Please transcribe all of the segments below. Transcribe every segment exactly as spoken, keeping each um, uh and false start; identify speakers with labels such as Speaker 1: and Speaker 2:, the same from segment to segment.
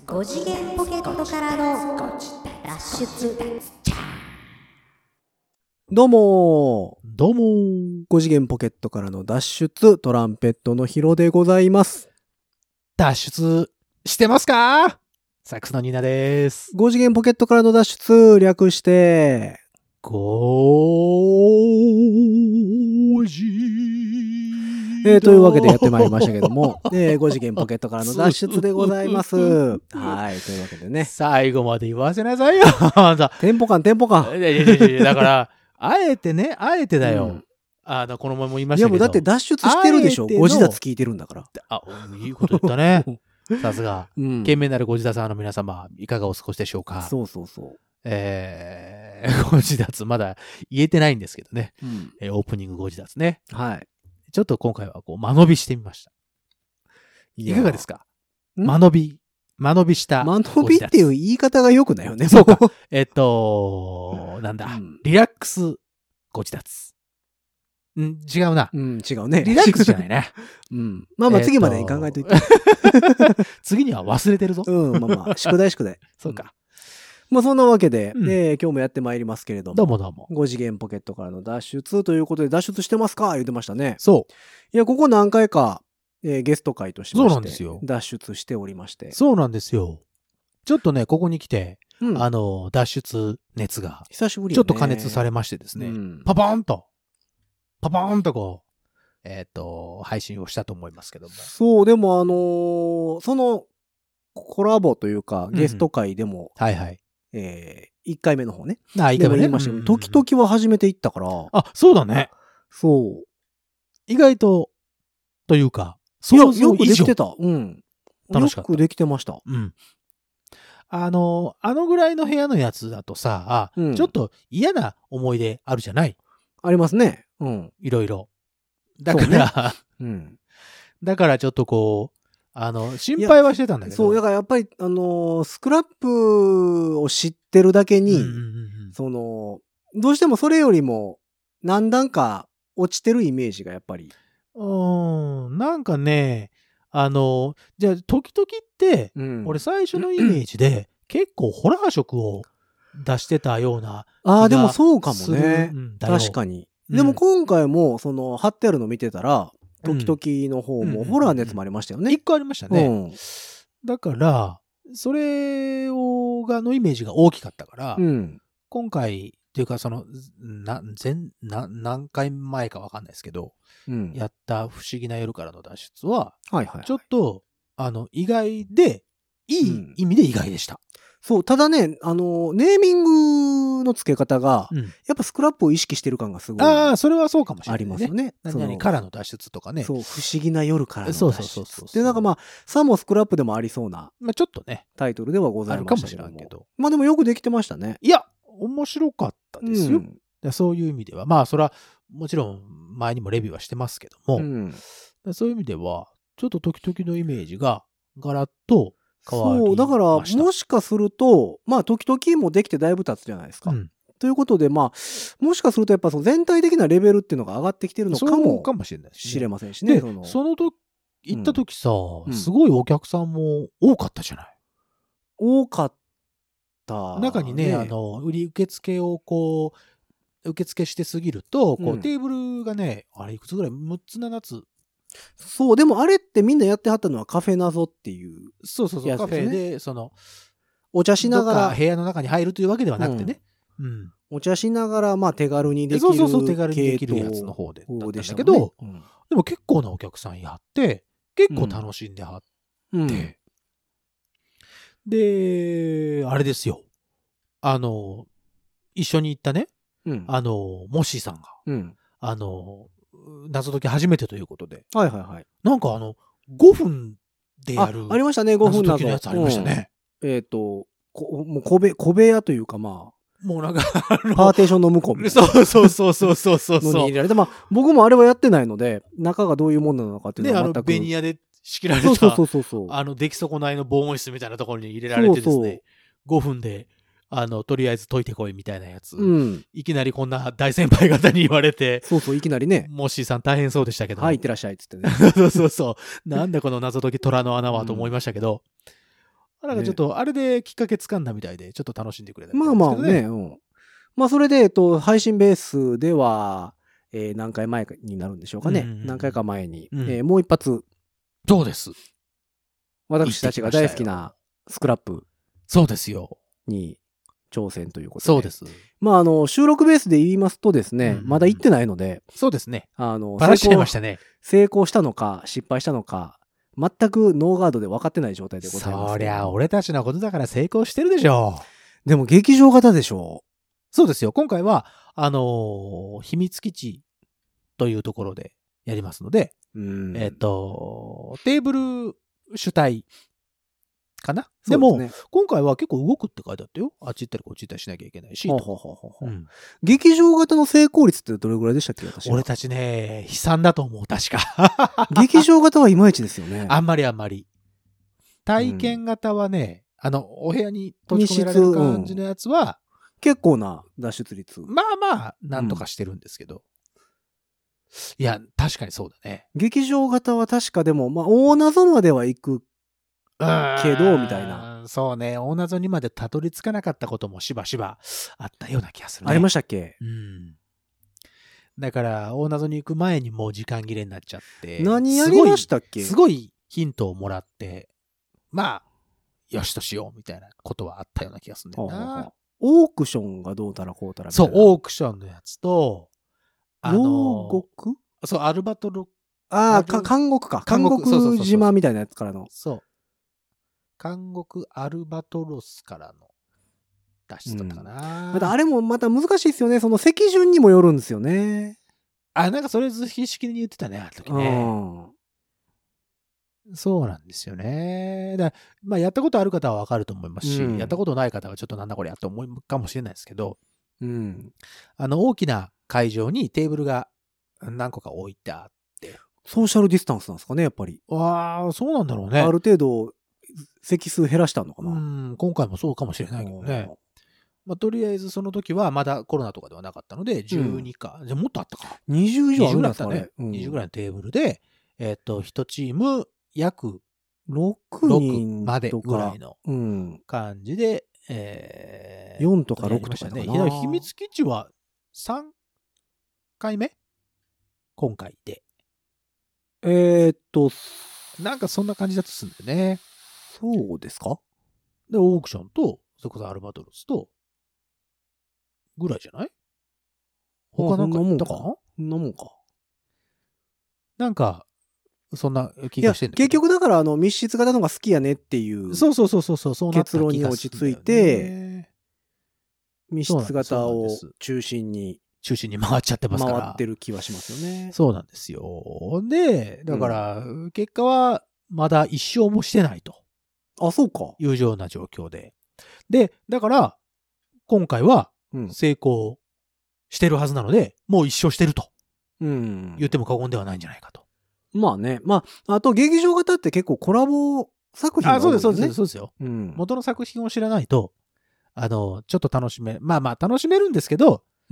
Speaker 1: ご次元ポケットからの脱出。
Speaker 2: どうもー
Speaker 3: どうもー。
Speaker 2: ご次元ポケットからの脱出、トランペットのヒロでございます。
Speaker 3: 脱出してますか？サックスのニーナです。
Speaker 2: ご次元ポケットからの脱出、略して、
Speaker 3: ごじ
Speaker 2: えー、というわけでやってまいりましたけども、えー、ご次元ポケットからの脱出でございます。はい、というわけでね。
Speaker 3: 最後まで言わせなさいよ。
Speaker 2: テンポ感、テンポ感。
Speaker 3: いやいやいやだから、あえてね、あえてだよ。うん、あの、この前も言いましたけど。
Speaker 2: いやもうだって脱出してるでしょ。ご自立聞いてるんだから。
Speaker 3: あ、いいこと言ったね。さすが。
Speaker 2: うん。
Speaker 3: 懸命なるご自立さんの皆様、いかがお過ごしでしょうか。
Speaker 2: そうそうそう。
Speaker 3: えー、ご自立、まだ言えてないんですけどね。
Speaker 2: うん
Speaker 3: えー、オープニングご自立ね。
Speaker 2: はい。
Speaker 3: ちょっと今回はこう間延びしてみました。いかがですか？間延び、間延びした。
Speaker 2: 間延びっていう言い方が良くないよね。
Speaker 3: そうか。えっと、なんだ、うん、リラックスご自立。ん、違うな。
Speaker 2: うん、違うね。
Speaker 3: リラックスじゃないね。
Speaker 2: うん。まあまあ次までに考えといて。
Speaker 3: 次には忘れてるぞ。
Speaker 2: うん、まあまあ、宿題宿題。
Speaker 3: そうか。
Speaker 2: まあそんなわけで、
Speaker 3: うん、
Speaker 2: えー、今日もやってまいりますけれども。
Speaker 3: どうもどうも。
Speaker 2: ご次元ポケットからの脱出ということで、脱出してますか言ってましたね。
Speaker 3: そう。
Speaker 2: いや、ここ何回か、えー、ゲスト会としまして、
Speaker 3: そうなんですよ。
Speaker 2: 脱出しておりまして。
Speaker 3: そうなんですよ。ちょっとね、ここに来て、
Speaker 2: うん、
Speaker 3: あの、脱出熱が、
Speaker 2: 久しぶり
Speaker 3: ちょっと加熱されましてですね、
Speaker 2: うん、
Speaker 3: パパーンと、パパーンとこう、えっと、配信をしたと思いますけども。
Speaker 2: そう、でもあのー、その、コラボというか、ゲスト会でも、
Speaker 3: うん、はいはい。
Speaker 2: えー、いっかいめの方ね。
Speaker 3: あ、いっかいめね。
Speaker 2: 言いましたけど、時々は初めて行ったから。
Speaker 3: あ、そうだね。
Speaker 2: そう。
Speaker 3: 意外と、というか、
Speaker 2: 想像以上よくできてた。うん。
Speaker 3: 楽しかった。
Speaker 2: よくできてました。
Speaker 3: うん。あの、あのぐらいの部屋のやつだとさ、うん、ちょっと嫌な思い出あるじゃない？
Speaker 2: ありますね。うん。
Speaker 3: いろいろ。だから、
Speaker 2: うね、うん。
Speaker 3: だからちょっとこう、あの、心配はしてたんだけど。
Speaker 2: そう、だからやっぱり、あのー、スクラップを知ってるだけに、うんうんうん、その、どうしてもそれよりも何段か落ちてるイメージがやっぱり。
Speaker 3: うーん、なんかね、あの、じゃあ、時々って、うん、俺最初のイメージで、結構ホラー色を出してたような。
Speaker 2: ああ、でもそうかもね。うん、確かに。うん、でも今回も、その、貼ってあるの見てたら、時々の方もホラーのやつもありましたよね。
Speaker 3: 一個ありましたね。うん、だから、それを、がのイメージが大きかったから、うん、今回、っていうかその、な、前、な、何回前かわかんないですけど、うん、やった不思議な夜からの脱出は、
Speaker 2: はいはいはい、
Speaker 3: ちょっと、あの、意外で、いい意味で意外でした。うん、
Speaker 2: そう、ただね、あの、ネーミングの付け方が、うん、やっぱスクラップを意識してる感がすごい。
Speaker 3: ああ、それはそうかもしれない、ね。
Speaker 2: ありますよね。
Speaker 3: 何々からの脱出とかね。
Speaker 2: そう、不思議な夜からの脱出。
Speaker 3: そうそうそうそう。
Speaker 2: で、なんかまあ、さもスクラップでもありそうな。
Speaker 3: まあちょっとね。
Speaker 2: タイトルではございましたけど。
Speaker 3: あるかもしれんけど。
Speaker 2: まあでもよくできてましたね。
Speaker 3: いや、面白かったですよ。うん、そういう意味では。まあそれは、もちろん前にもレビューはしてますけども。うん、そういう意味では、ちょっと時々のイメージがガラッと変わりました。そう、
Speaker 2: だからもしかすると、まあ時々もできてだいぶ経つじゃないですか。うん、ということで、まあ、もしかするとやっぱその全体的なレベルっていうのが上がってきてるのかもしれませんしね。
Speaker 3: で、その、その時、行った時さ、うん、すごいお客さんも多かったじゃない。
Speaker 2: 多かった、
Speaker 3: ね。中にね、あの、売り受付をこう、受付してすぎると、こう、うん、テーブルがね、あれいくつぐらい ?むっ つななつ。
Speaker 2: そう、でもあれってみんなやってはったのはカフェ謎っていう、ね。
Speaker 3: そうそうそう、カフェで、その、
Speaker 2: お茶しながら。
Speaker 3: 部屋の中に入るというわけではなくてね。うん。うん、
Speaker 2: お茶しながら、まあ手軽にできる。
Speaker 3: そうそうそう、手軽にできるやつの方で。だったんだけど、ねうん、でも結構なお客さんやって、結構楽しんではって。うんうん、で、あれですよ。あの、一緒に行ったね、うん、あの、モッシーさんが、うん、あの、謎解き初めてということで。
Speaker 2: はいはいはい。
Speaker 3: なんかあの、ごふんでやる。
Speaker 2: あ、ありましたね、ごふん
Speaker 3: 謎解きのやつありましたね。
Speaker 2: うん、えっ、ー、と、こもう小部、小部屋というかまあ、
Speaker 3: もうなんか、
Speaker 2: パーテーションの向こうみたいな。
Speaker 3: そうそうそうそうそうそう。
Speaker 2: のに入れられて、まあ、僕もあれはやってないので、中がどういうものなのかっていうのは全く。
Speaker 3: ね、あの、ベニヤで仕切られた、
Speaker 2: そうそうそうそう。
Speaker 3: あの、出来損ないの防音室みたいなところに入れられてですね、そうそうごふんで、あの、とりあえず解いてこいみたいなやつ。うん。いきなりこんな大先輩方に言われて。
Speaker 2: そうそう、いきなりね。
Speaker 3: モッシーさん大変そうでしたけど。
Speaker 2: はい、いってらっしゃいっつってね。
Speaker 3: そうそうそう。なんだこの謎解き虎の穴はと思いましたけど。 なんかちょっと、あれできっかけ掴んだみたいで、ちょっと楽しんでくれたみたい
Speaker 2: ま
Speaker 3: ですけどね。
Speaker 2: あまあね、うん。まあそれで、えっと、配信ベースでは、えー、何回前になるんでしょうかね。うんうんうん、何回か前に、うん、えー、もう一発。
Speaker 3: そうです。
Speaker 2: 私たちが大好きなスクラップ。
Speaker 3: そうですよ。
Speaker 2: に挑戦ということで。
Speaker 3: そうです。
Speaker 2: まあ、あの、収録ベースで言いますとですね、うんうん、まだ行ってないので。
Speaker 3: そうですね。
Speaker 2: あの、
Speaker 3: バラしちゃいましたね。
Speaker 2: 成功したのか、失敗したのか、全くノーガードで分かってない状態でございます。
Speaker 3: そりゃ、俺たちのことだから成功してるでしょ
Speaker 2: う。でも、劇場型でしょう。
Speaker 3: そうですよ。今回は、あのー、秘密基地というところでやりますので、
Speaker 2: うん
Speaker 3: えっと、テーブル主体かな。でも、ね、今回は結構動くって書いてあったよ。あっち行ったりこっち行ったりしなきゃいけないし。ほうほうほうほう、うん、
Speaker 2: 劇場型の成功率ってどれぐらいでしたっけ？私
Speaker 3: 俺たちね、悲惨だと思う、確か。
Speaker 2: 劇場型はいまいちですよね。
Speaker 3: あんまりあんまり。体験型はね、うん、あの、お部屋に閉じ込められる感じのやつは、うん、
Speaker 2: 結構な脱出率。
Speaker 3: まあまあ、なんとかしてるんですけど。うん、いや、確かにそうだね。
Speaker 2: 劇場型は確かでも、まあ、大謎までは行くけど、みたいな。
Speaker 3: そうね、大謎にまでたどり着かなかったこともしばしばあったような気がするね。
Speaker 2: ありましたっけ？
Speaker 3: うん。だから、大謎に行く前にもう時間切れになっちゃって。
Speaker 2: 何やりましたっけ？
Speaker 3: すごい、すごいヒントをもらって、まあ、よしとしようみたいなことはあったような気がするんだよな。はあはあ、
Speaker 2: オークションがどうたらこうたらみたいな。
Speaker 3: そう、オークションのやつと、
Speaker 2: あのー、牢獄？
Speaker 3: そう、アルバトロ。
Speaker 2: ああ、監獄か。監獄島みたいなやつからの。
Speaker 3: そう。監獄アルバトロスからの脱出だったかな。
Speaker 2: うん、またあれもまた難しいですよね。その席順にもよるんですよね。
Speaker 3: あ、なんかそれ図式に言ってたね、あの時ね。うん、そうなんですよね。だまあやったことある方はわかると思いますし、うん、やったことない方はちょっとなんだこれやと思うかもしれないですけど、
Speaker 2: うん、
Speaker 3: あの大きな会場にテーブルが何個か置いてあって。
Speaker 2: ソーシャルディスタンスなんですかね、やっぱり。
Speaker 3: ああ、そうなんだろうね。
Speaker 2: ある程度、席数減らしたのかな。
Speaker 3: うん、今回もそうかもしれないけどね。まあ、とりあえずその時はまだコロナとかではなかったので、じゅうにか。うん、じゃもっとあったか。
Speaker 2: にじゅう以上あるんだった
Speaker 3: ね。うん、にじゅうぐらいのテーブルで、えっと、いちチーム約
Speaker 2: ろくにん
Speaker 3: までぐらいの感じで、うん、えー、
Speaker 2: よんとかろくとかね。
Speaker 3: 秘密基地はさんかいめ今回で。
Speaker 2: えー、っと、
Speaker 3: なんかそんな感じだとするんだよね。
Speaker 2: そうですか？
Speaker 3: で、オークションと、それこそアルバトロスと、ぐらいじゃない？他なんか言ったかな？
Speaker 2: そんなもんか。
Speaker 3: なんか、そんな気がしてんだ
Speaker 2: けど。結局だから、あの、密室型のが好きやねっていう。
Speaker 3: そうそうそうそうそう、そう
Speaker 2: 結論に落ち着いて、密室型を中心に。
Speaker 3: 中心に回っちゃってますから。
Speaker 2: 回ってる気はしますよね。
Speaker 3: そうなんですよ。で、だから、うん、結果は、まだ一勝もしてないと。
Speaker 2: あ、そうか。
Speaker 3: いうような状況で。で、だから、今回は、成功してるはずなので、うん、もう一勝してると。
Speaker 2: うん。
Speaker 3: 言っても過言ではないんじゃないかと。
Speaker 2: まあね。まあ、あと劇場型って結構コラボ作品が多いですね。
Speaker 3: あ、そうです、そうです、そうですよ。うん。元の作品を知らないと、あの、ちょっと楽しめ、まあまあ楽しめるんですけど、
Speaker 2: うん。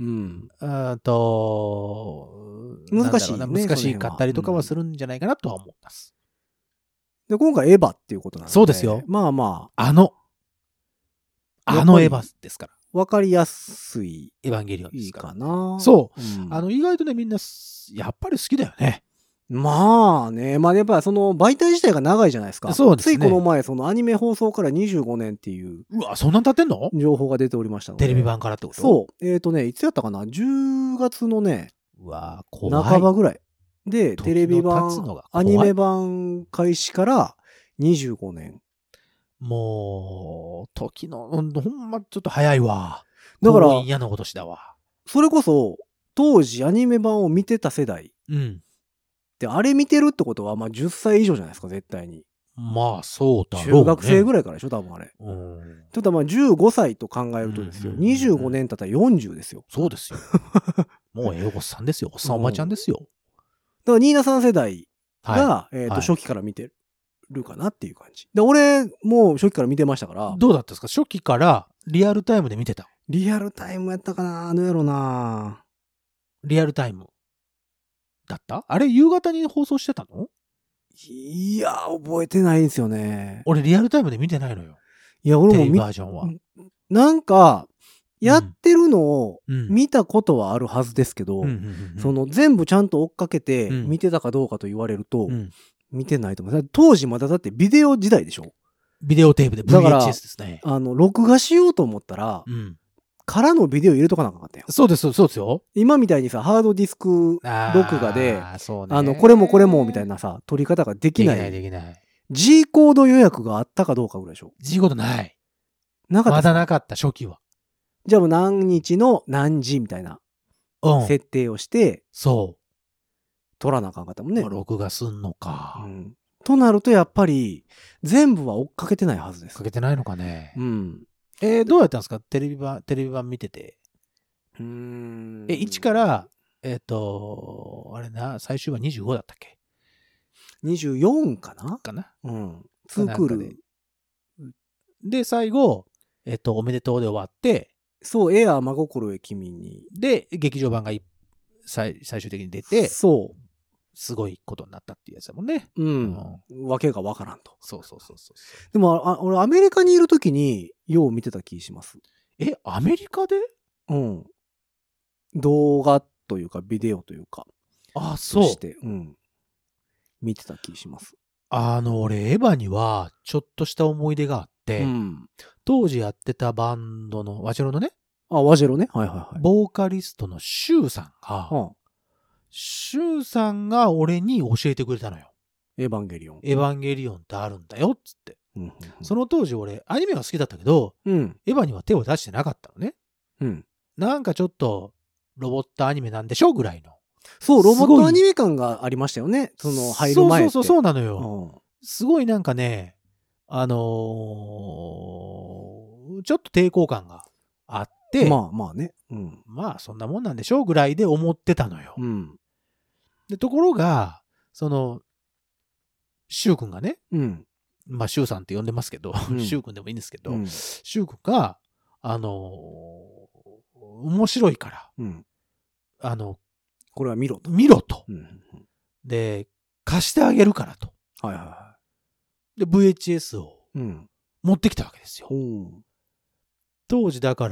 Speaker 3: うんと、
Speaker 2: 難しい、ね。
Speaker 3: 難しかったりとかはするんじゃないかなとは思います。
Speaker 2: で、今回エヴァっていうことなんで。
Speaker 3: そうですよ。
Speaker 2: まあま
Speaker 3: あ。あの、あのエヴァですから。
Speaker 2: わかりやすい。
Speaker 3: エヴァンゲリオンですから。
Speaker 2: いいかな。
Speaker 3: そう、うん。あの、意外とね、みんな、やっぱり好きだよね。
Speaker 2: まあね。まあやっぱりその媒体自体が長いじゃないですか。
Speaker 3: そうですね。
Speaker 2: ついこの前、そのアニメ放送からにじゅうごねんっていう。
Speaker 3: うわ、そんなん経ってんの？
Speaker 2: 情報が出ておりましたので。
Speaker 3: テレビ版からってこと？
Speaker 2: そう。えっとね、いつやったかな ?じゅうがつのね、
Speaker 3: うわ、怖い。
Speaker 2: 半ばぐらい。で、テレビ版、アニメ版開始からにじゅうごねん。
Speaker 3: もう、時の、ほんまちょっと早いわ。
Speaker 2: だから、
Speaker 3: 嫌なことしだわ。
Speaker 2: それこそ、当時アニメ版を見てた世代。
Speaker 3: うん。
Speaker 2: で、あれ見てるってことは、まあじゅっさい以上じゃないですか、絶対に。
Speaker 3: まあ、そうだろう、ね。
Speaker 2: 中学生ぐらいからでしょ、多分あれ。うん。ちょっとまあじゅうごさいと考えるとですよ。うんうんうんうん、にじゅうごねん経ったらよんじゅうですよ。
Speaker 3: そうですよ。もうええおっさんですよ。おっさんおばちゃんですよ。
Speaker 2: だから、ニーナさん世代が、はい、えっと、はい、初期から見てるかなっていう感じ。で、俺、もう初期から見てましたから。
Speaker 3: どうだったんですか？初期からリアルタイムで見てた。
Speaker 2: リアルタイムやったかな？あのやろな。
Speaker 3: リアルタイムだった？あれ、夕方に放送してたの？
Speaker 2: いや、覚えてないんですよね。
Speaker 3: 俺、リアルタイムで見てないのよ。
Speaker 2: いや、俺も
Speaker 3: テレビバージョンは。
Speaker 2: なんか、やってるのを見たことはあるはずですけど、その全部ちゃんと追っかけて見てたかどうかと言われると、見てないと思う。当時まだだってビデオ時代でしょ？
Speaker 3: ビデオテープで ブイエイチエス ですね。
Speaker 2: あの、録画しようと思ったら、うん、からのビデオ入れとかなかったよ。
Speaker 3: そうです、そうですよ。
Speaker 2: 今みたいにさ、ハードディスク録画で、あ, そうね、あの、これもこれもみたいなさ、撮り方ができない。できない、できない。G コード予約があったかどうかぐらいでしょ？
Speaker 3: G コードない。
Speaker 2: なかった。
Speaker 3: まだなかった、初期は。
Speaker 2: じゃあもう何日の何時みたいな、設定をして、
Speaker 3: そう。
Speaker 2: 撮らなあかんかったもんね。
Speaker 3: まあ、録画すんのか。うん。
Speaker 2: となるとやっぱり、全部は追っかけてないはずです。
Speaker 3: かけてないのかね。
Speaker 2: うん。
Speaker 3: えー、どうやったんですか？テレビ版、テレビ版見てて。うーん。え、いちから、えっ、ー、と、あれな、最終話にじゅうごだったっけ？
Speaker 2: にじゅうよん かな
Speaker 3: かな？
Speaker 2: うん。ツークールで。
Speaker 3: で、最後、えっ、ー、と、おめでとうで終わって、
Speaker 2: そう、エアー真心へ君に。
Speaker 3: で、劇場版が最最終的に出て、
Speaker 2: そう。
Speaker 3: すごいことになったっていうやつだもんね。
Speaker 2: うん。うん、わけがわからんと。
Speaker 3: そうそうそうそう。
Speaker 2: でも、あ、俺アメリカにいるときに、よう見てた気します。
Speaker 3: え、アメリカで？
Speaker 2: うん。動画というか、ビデオというか。
Speaker 3: あ、そう。
Speaker 2: して、うん。見てた気します。
Speaker 3: あの、俺、エヴァには、ちょっとした思い出があって、うん、当時やってたバンドの、ワジェロのね。
Speaker 2: あ、ワジェロね。はいはいはい。
Speaker 3: ボーカリストのシュウさんが、うん、シュウさんが俺に教えてくれたのよ。
Speaker 2: エヴァンゲリオン。
Speaker 3: エヴァンゲリオンってあるんだよ、つって。うんうんうん、その当時俺、アニメが好きだったけど、うん、エヴァには手を出してなかったのね。うん、なんかちょっと、ロボットアニメなんでしょぐらいの。
Speaker 2: そう、ロボットアニメ感がありましたよね。その、入る前って。
Speaker 3: そうそうそう、そうなのよ。うん、すごいなんかね、あのー、ちょっと抵抗感があって。
Speaker 2: まあまあね。
Speaker 3: うん。まあ、そんなもんなんでしょうぐらいで思ってたのよ。うん。で、ところが、その、シュウ君がね、うん。まあ、シュウさんって呼んでますけど、うん、シュウ君でもいいんですけど、うん、シュウ君が、あのー、面白いから、うん、あの、
Speaker 2: これは見ろと。
Speaker 3: 見ろと。うん、で、貸してあげるからと。
Speaker 2: はいはいはい。
Speaker 3: で、ブイエイチエス を持ってきたわけですよ。うん、当時だから、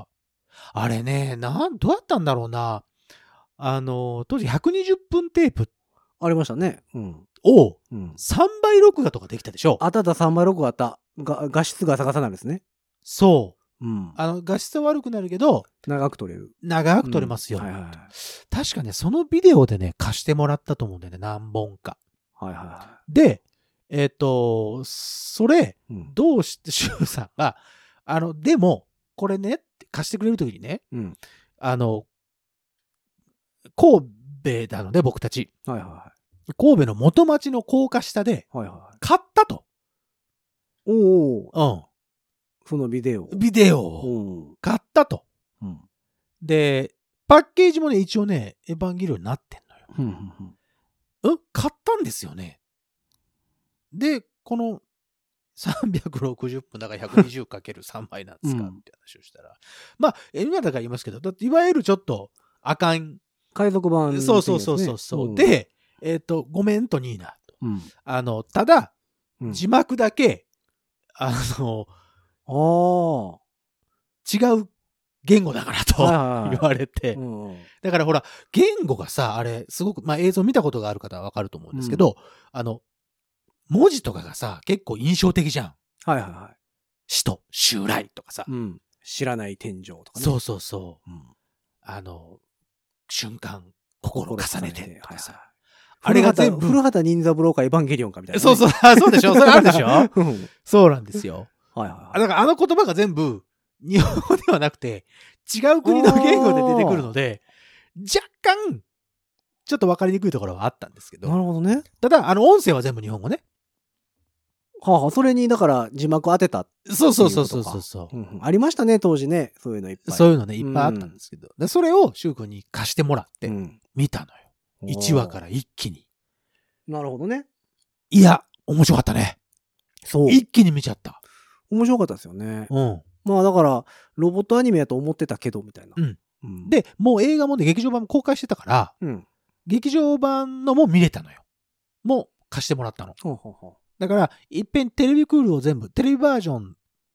Speaker 3: あれね、なん、どうやったんだろうな。あの、当時ひゃくにじゅっぷんテープ。
Speaker 2: ありましたね。うん。
Speaker 3: を、うん、さんばい録画とかできたでしょ。
Speaker 2: あったあったさんばい録画あった。が画質が逆さなんですね。
Speaker 3: そう。うん。あの、画質は悪くなるけど、
Speaker 2: 長く撮れる。
Speaker 3: 長く撮れますよ。うんはいはいはい、確かね、そのビデオでね、貸してもらったと思うんだよね、何本か。
Speaker 2: はいはいはい。
Speaker 3: で、えっ、ー、と、それ、うん、どうして、シュウさんが、あの、でも、これね、貸してくれるときにね、うん、あの、神戸なので、僕たち。はいはいはい。神戸の元町の高架下で、買ったと。
Speaker 2: はいはいはい、おお。うん。そのビデオ。
Speaker 3: ビデオを買ったと。うん。で、パッケージもね、一応ね、エヴァンゲリオンになってんのよ。うんうんうん。うん買ったんですよね。で、このさんびゃくろくじゅっぷんだから ひゃくにじゅうかけるさん 枚なんですか、うん、って話をしたら。まあ、今だから言いますけど、だっていわゆるちょっとあかん。
Speaker 2: 海賊版、ね。
Speaker 3: そうそうそうそうそう、うん。で、えっ、ー、と、ごめんとニーナと。うん、あの、ただ、うん、字幕だけ、あの、あ違う言語だからと言われて。うん、だからほら、言語がさ、あれ、すごく、まあ映像見たことがある方はわかると思うんですけど、うん、あの、文字とかがさ、結構印象的じゃん。
Speaker 2: はいはいはい。
Speaker 3: 使徒、襲来とかさ、うん。
Speaker 2: 知らない天井とかね。
Speaker 3: そうそうそう。うん、あの、瞬間、心重ねてとかさ。はいはい、
Speaker 2: あれが全部。古畑任三郎かエヴァンゲリオンかみたいな、ね。
Speaker 3: そうそう、そうでしょそれあるでしょそうなんですよ。はいはい、はい。だからあの言葉が全部、日本語ではなくて、違う国の言語で出てくるので、若干、ちょっと分かりにくいところはあったんですけど。
Speaker 2: なるほどね。
Speaker 3: ただ、あの、音声は全部日本語ね。
Speaker 2: はあ、はあ、それに、だから、字幕当てたっていう。
Speaker 3: そうそうそうそうそう、
Speaker 2: うんうん。ありましたね、当時ね。そういうのいっぱい。
Speaker 3: そういうのね、いっぱいあったんですけど。うん、それを、シュウ君に貸してもらって、見たのよ。うん、いちわから一気に。
Speaker 2: なるほどね。
Speaker 3: いや、面白かったね。そう。一気に見ちゃった。
Speaker 2: 面白かったですよね。うん。まあ、だから、ロボットアニメやと思ってたけど、みたいな。うん。
Speaker 3: うん、で、もう映画もね、劇場版も公開してたから、うん。劇場版のも見れたのよ。もう貸してもらったの。ほうほうほうだから、いっぺんテレビクールを全部、テレビバージョン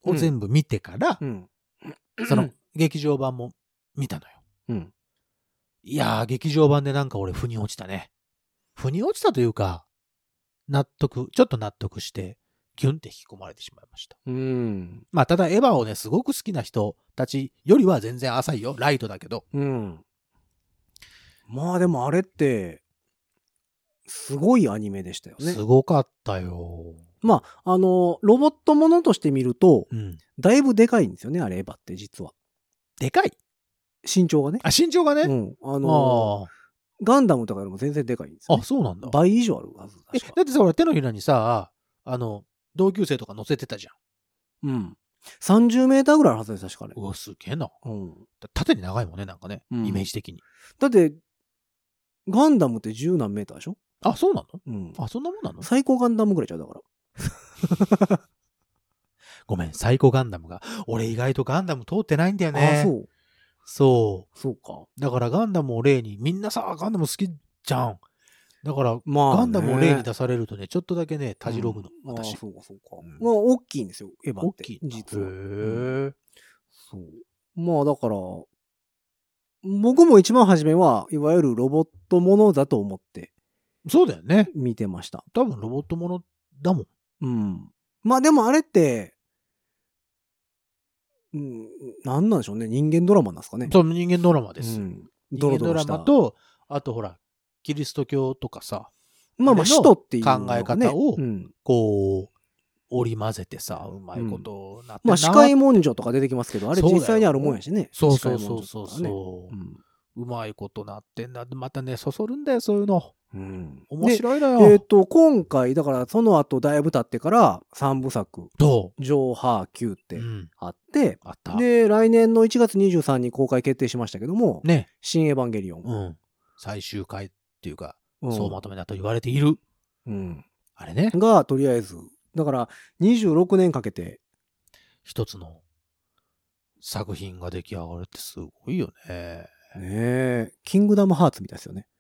Speaker 3: を全部見てから、
Speaker 2: うん、
Speaker 3: その劇場版も見たのよ。
Speaker 2: うん、
Speaker 3: いやー、劇場版でなんか俺、腑に落ちたね。腑に落ちたというか、納得、ちょっと納得して、ギュンって引き込まれてしまいました。
Speaker 2: うん。
Speaker 3: まあ、ただ、エヴァをね、すごく好きな人たちよりは全然浅いよ。ライトだけど。
Speaker 2: うん。まあでもあれって、すごいアニメでしたよね。
Speaker 3: すごかったよ。
Speaker 2: まあ、あの、ロボットものとして見ると、
Speaker 3: うん、
Speaker 2: だいぶでかいんですよね、あれ、エヴァって実は。
Speaker 3: でかい
Speaker 2: 身長がね。
Speaker 3: あ、身長がね。
Speaker 2: うん。あのー、ガンダムとかよりも全然でかいんですよ、ね。
Speaker 3: あ、そうなんだ。
Speaker 2: 倍以上あるはずだ。
Speaker 3: え、だってさ、俺手のひらにさ、あの、同級生とか乗せてたじゃん。
Speaker 2: うん。さんじゅうメーターぐらいあるはずです、確かね。
Speaker 3: うわ、すげえな。
Speaker 2: うん。
Speaker 3: 縦に長いもんね、なんかね。うん、イメージ的に。
Speaker 2: だって、ガンダムって十何メーターでしょ？
Speaker 3: あ、そうなの？
Speaker 2: うん。
Speaker 3: あ、そんなもんなの？
Speaker 2: 最高ガンダムぐらいちゃうだから。
Speaker 3: ごめん、サイコガンダムが。俺意外とガンダム通ってないんだよね。
Speaker 2: あ、そう。
Speaker 3: そう。
Speaker 2: そうか。
Speaker 3: だからガンダムを例に、みんなさ、ガンダム好きじゃん。だから、
Speaker 2: まあ、
Speaker 3: ガンダムを例に出されるとね、ちょっとだけね、たじろぐの、
Speaker 2: うん、
Speaker 3: 私。
Speaker 2: あ、そうか、そうか。うん、まあ、大きいんですよ、エヴァって。
Speaker 3: 大きい。
Speaker 2: 実は。へ
Speaker 3: え、うん。
Speaker 2: そう。まあ、だから、僕も一番初めは、いわゆるロボットものだと思って。
Speaker 3: そうだよね。
Speaker 2: 見てました。
Speaker 3: 多分ロボットものだもん。
Speaker 2: うん。まあでもあれって、うん、なんなんでしょうね。人間ドラマなんですかね。
Speaker 3: そう、人間ドラマです。うん、
Speaker 2: ドロドロした
Speaker 3: 人間ドラマと、あとほら、キリスト教とかさ、
Speaker 2: まあまあ、使徒っていう、
Speaker 3: 考え方を、こう、織り交ぜてさ、うまいことなって、うん、
Speaker 2: まあ、司会文書とか出てきますけど、あれ実際にあるもんやしね。
Speaker 3: そうそうそうそうそう、うん。うまいことなってんだ。またね、そそるんだよ、そういうの。うん、面白いのよ。
Speaker 2: えっ、ー、と、今回、だからその後だいぶ経ってからさんぶさく、上波級ってあって、うん、
Speaker 3: あった。
Speaker 2: で、来年のいちがつにじゅうさんにちに公開決定しましたけども、
Speaker 3: ね。
Speaker 2: 新エヴァンゲリオン。
Speaker 3: うん。最終回っていうか、うん、そうまとめだと言われている。
Speaker 2: うん。
Speaker 3: あれね。
Speaker 2: が、とりあえず、だからにじゅうろくねんかけて、
Speaker 3: 一つの作品が出来上がるってすごいよね。
Speaker 2: ねえ。キングダムハーツみたいですよね。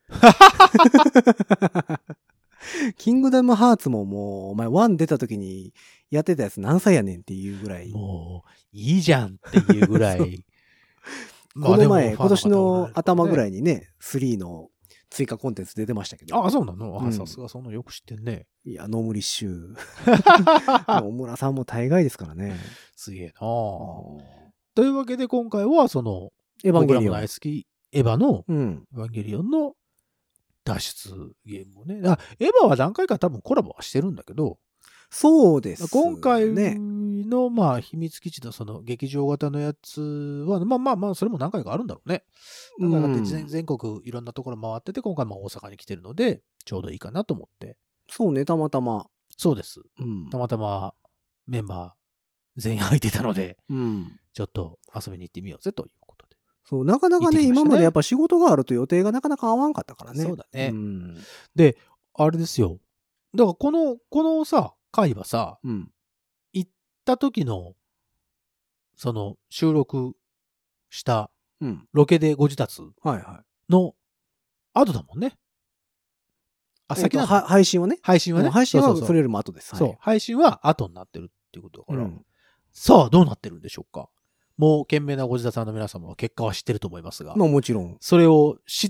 Speaker 2: キングダムハーツももう、お前ワン出た時にやってたやつ何歳やねんっていうぐらい。
Speaker 3: もう、いいじゃんっていうぐらい。
Speaker 2: この前、今年の頭ぐらいにね、スリーの追加コンテンツ出てましたけど。
Speaker 3: ああ、そうなの？あ、さすがそんなよく知ってんね。
Speaker 2: いや、野村シュー。野村さんも大概ですからね。
Speaker 3: すげえなぁ。というわけで今回はその、
Speaker 2: エヴァンゲリオン。
Speaker 3: 僕らも大好きエヴァの、
Speaker 2: うん、
Speaker 3: エヴァンゲリオンの脱出ゲームをね。あ、エヴァは何回か多分コラボはしてるんだけど、
Speaker 2: そうですね。
Speaker 3: 今回の、まあ、秘密基地のその劇場型のやつは、まあまあまあ、それも何回かあるんだろうね。何回かって全、全国いろんなところ回ってて、今回も大阪に来てるので、ちょうどいいかなと思って。
Speaker 2: そうね、たまたま。
Speaker 3: そうです。
Speaker 2: うん、
Speaker 3: たまたまメンバー全員空いてたので、
Speaker 2: うん、
Speaker 3: ちょっと遊びに行ってみようぜということで。
Speaker 2: そう、なかなかね、ね今までやっぱ仕事があると予定がなかなか合わんかったからね。
Speaker 3: そうだね。
Speaker 2: うん、
Speaker 3: で、あれですよ。だからこの、このさ、回はさ、
Speaker 2: うん、
Speaker 3: 行った時の、その収録したロケでご自宅の後だもんね。
Speaker 2: あ、先の配信はね。
Speaker 3: 配信はね。
Speaker 2: 配信はそれよりも後です。
Speaker 3: そう。配信は後になってるっていうことだから。さあ、どうなってるんでしょうか。もう、賢明なご自宅さんの皆様は結果は知ってると思いますが。
Speaker 2: まあもちろん。
Speaker 3: それを知って、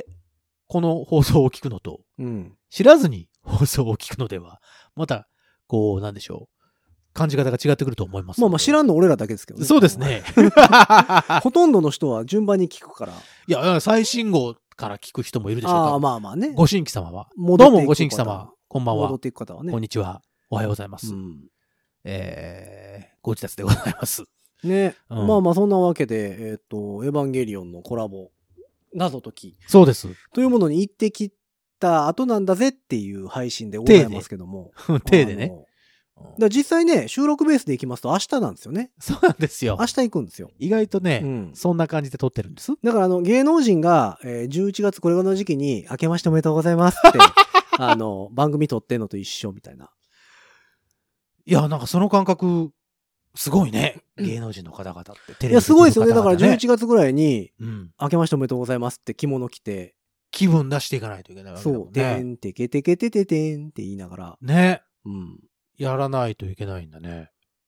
Speaker 3: この放送を聞くのと、
Speaker 2: うん、
Speaker 3: 知らずに放送を聞くのでは、また、こう、なんでしょう。感じ方が違ってくると思います。
Speaker 2: まあまあ知らんの俺らだけですけどね。
Speaker 3: そうですね。
Speaker 2: ほとんどの人は順番に聞くから。
Speaker 3: いや、最新号から聞く人もいるでしょうか。
Speaker 2: ああ、まあまあね。
Speaker 3: ご新規様は。どうもご新規様、こんばんは。
Speaker 2: 戻っていく方はね。
Speaker 3: こんにちは。おはようございます。うん、えー、ご自宅でございます。
Speaker 2: ね。うん、まあまあそんなわけで、えっと、エヴァンゲリオンのコラボ、謎解き。
Speaker 3: そうです。
Speaker 2: というものに行ってきた後なんだぜっていう配信でございますけども。
Speaker 3: 手でね。
Speaker 2: だ実際ね、収録ベースで行きますと明日なんですよね。
Speaker 3: そうなんですよ。
Speaker 2: 明日行くんですよ。
Speaker 3: 意外とね、うん、そんな感じで撮ってるんです。
Speaker 2: だからあの、芸能人が、えー、じゅういちがつこれの時期に、明けましておめでとうございますって、あの、番組撮ってんのと一緒みたいな。
Speaker 3: いや、なんかその感覚、すごいね。芸能人の方々って。テレビ、ね、
Speaker 2: いや、すごいですよね。だからじゅういちがつぐらいに、
Speaker 3: うん、
Speaker 2: 明けましておめでとうございますって着物着て。
Speaker 3: 気分出していかないといけないわけだもんね。
Speaker 2: そう。てんてけてけてててんって言いながら。
Speaker 3: ね。
Speaker 2: うん。
Speaker 3: やらないといけないんだね。